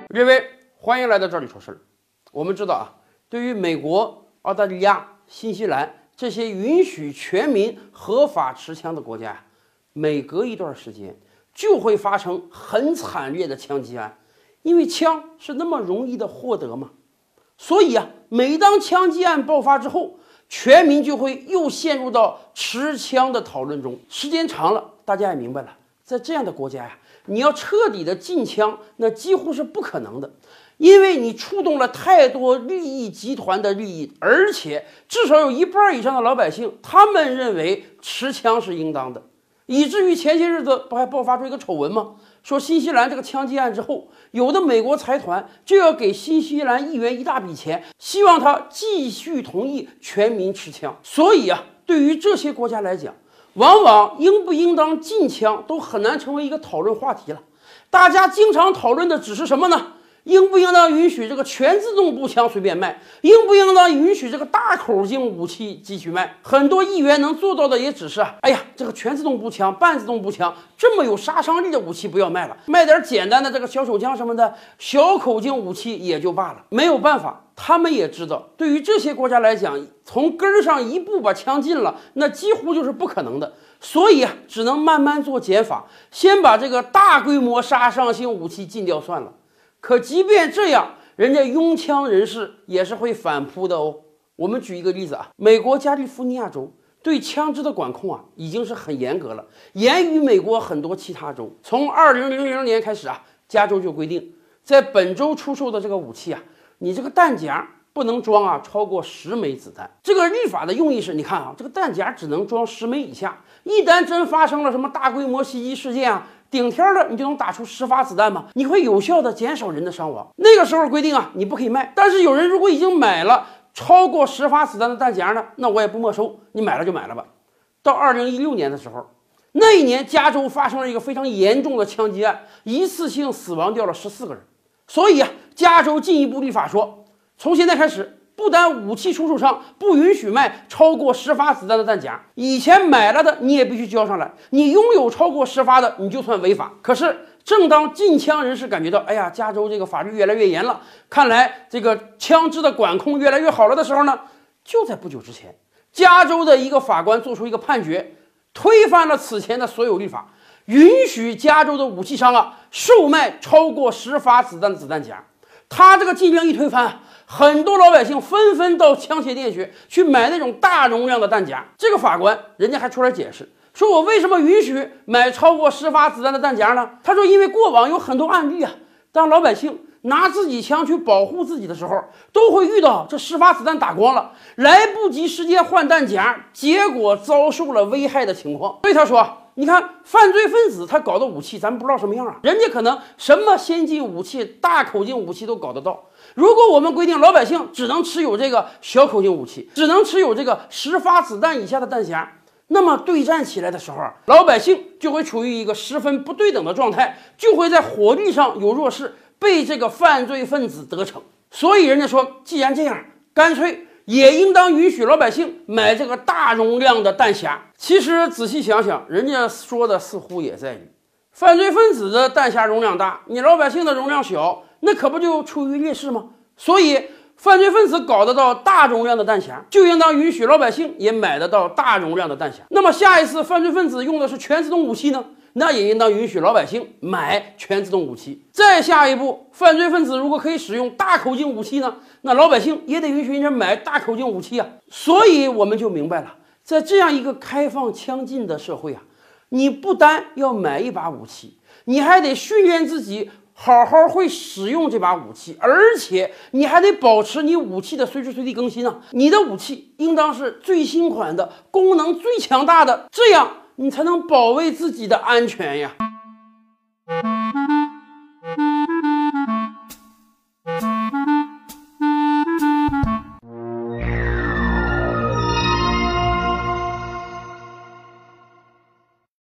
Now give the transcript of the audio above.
各位，欢迎来到这里说事儿。我们知道啊，对于美国、澳大利亚、新西兰这些允许全民合法持枪的国家呀，每隔一段时间就会发生很惨烈的枪击案，因为枪是那么容易的获得嘛。所以啊，每当枪击案爆发之后，全民就会又陷入到持枪的讨论中。时间长了，大家也明白了，在这样的国家呀，你要彻底的禁枪，那几乎是不可能的，因为你触动了太多利益集团的利益，而且至少有一半以上的老百姓，他们认为持枪是应当的，以至于前些日子不还爆发出一个丑闻吗？说新西兰这个枪击案之后，有的美国财团就要给新西兰议员一大笔钱，希望他继续同意全民持枪。所以啊，对于这些国家来讲，往往应不应当禁枪都很难成为一个讨论话题了。大家经常讨论的只是什么呢？应不应当允许这个全自动步枪随便卖？应不应当允许这个大口径武器继续卖？很多议员能做到的也只是哎呀，这个全自动步枪、半自动步枪这么有杀伤力的武器不要卖了，卖点简单的这个小手枪什么的小口径武器也就罢了。没有办法，他们也知道，对于这些国家来讲，从根儿上一步把枪禁了，那几乎就是不可能的。所以啊，只能慢慢做减法，先把这个大规模杀伤性武器禁掉算了。可即便这样，人家拥枪人士也是会反扑的哦。我们举一个例子啊，美国加利福尼亚州对枪支的管控啊，已经是很严格了，严于美国很多其他州。从2000年开始啊，加州就规定，在本州出售的这个武器啊，你这个弹夹不能装超过10枚子弹。这个立法的用意是，你看这个弹夹只能装10枚以下，一旦真发生了什么大规模袭击事件顶天了，你就能打出10发子弹吗？你会有效的减少人的伤亡。那个时候规定你不可以卖，但是有人如果已经买了超过10发子弹的弹夹呢，那我也不没收，你买了就买了吧。到2016年的时候，那一年加州发生了一个非常严重的枪击案，一次性死亡掉了14个人。所以加州进一步立法说，从现在开始，不单武器出售商不允许卖超过10发子弹的弹夹，以前买了的你也必须交上来，你拥有超过10发的你就算违法。可是正当禁枪人士感觉到，哎呀，加州这个法律越来越严了，看来这个枪支的管控越来越好了的时候呢，就在不久之前，加州的一个法官做出一个判决，推翻了此前的所有立法，允许加州的武器商售卖超过10发子弹的子弹夹。他这个禁令一推翻，很多老百姓纷纷到枪械店去买那种大容量的弹夹。这个法官人家还出来解释，说我为什么允许买超过10发子弹的弹夹呢？他说因为过往有很多案例当老百姓拿自己枪去保护自己的时候，都会遇到这10发子弹打光了，来不及时间换弹夹，结果遭受了危害的情况。所以他说，你看犯罪分子他搞的武器咱们不知道什么样人家可能什么先进武器、大口径武器都搞得到。如果我们规定老百姓只能持有这个小口径武器，只能持有这个10发子弹以下的弹匣，那么对战起来的时候老百姓就会处于一个十分不对等的状态，就会在火力上有弱势，被这个犯罪分子得逞。所以人家说，既然这样，干脆也应当允许老百姓买这个大容量的弹匣。其实仔细想想，人家说的似乎也在理。犯罪分子的弹匣容量大，你老百姓的容量小，那可不就处于劣势吗？所以犯罪分子搞得到大容量的弹匣，就应当允许老百姓也买得到大容量的弹匣。那么下一次犯罪分子用的是全自动武器呢，那也应当允许老百姓买全自动武器。再下一步，犯罪分子如果可以使用大口径武器呢，那老百姓也得允许人家买大口径武器所以我们就明白了，在这样一个开放枪禁的社会你不单要买一把武器，你还得训练自己好好会使用这把武器，而且你还得保持你武器的随时随地更新你的武器应当是最新款的，功能最强大的，这样你才能保卫自己的安全呀。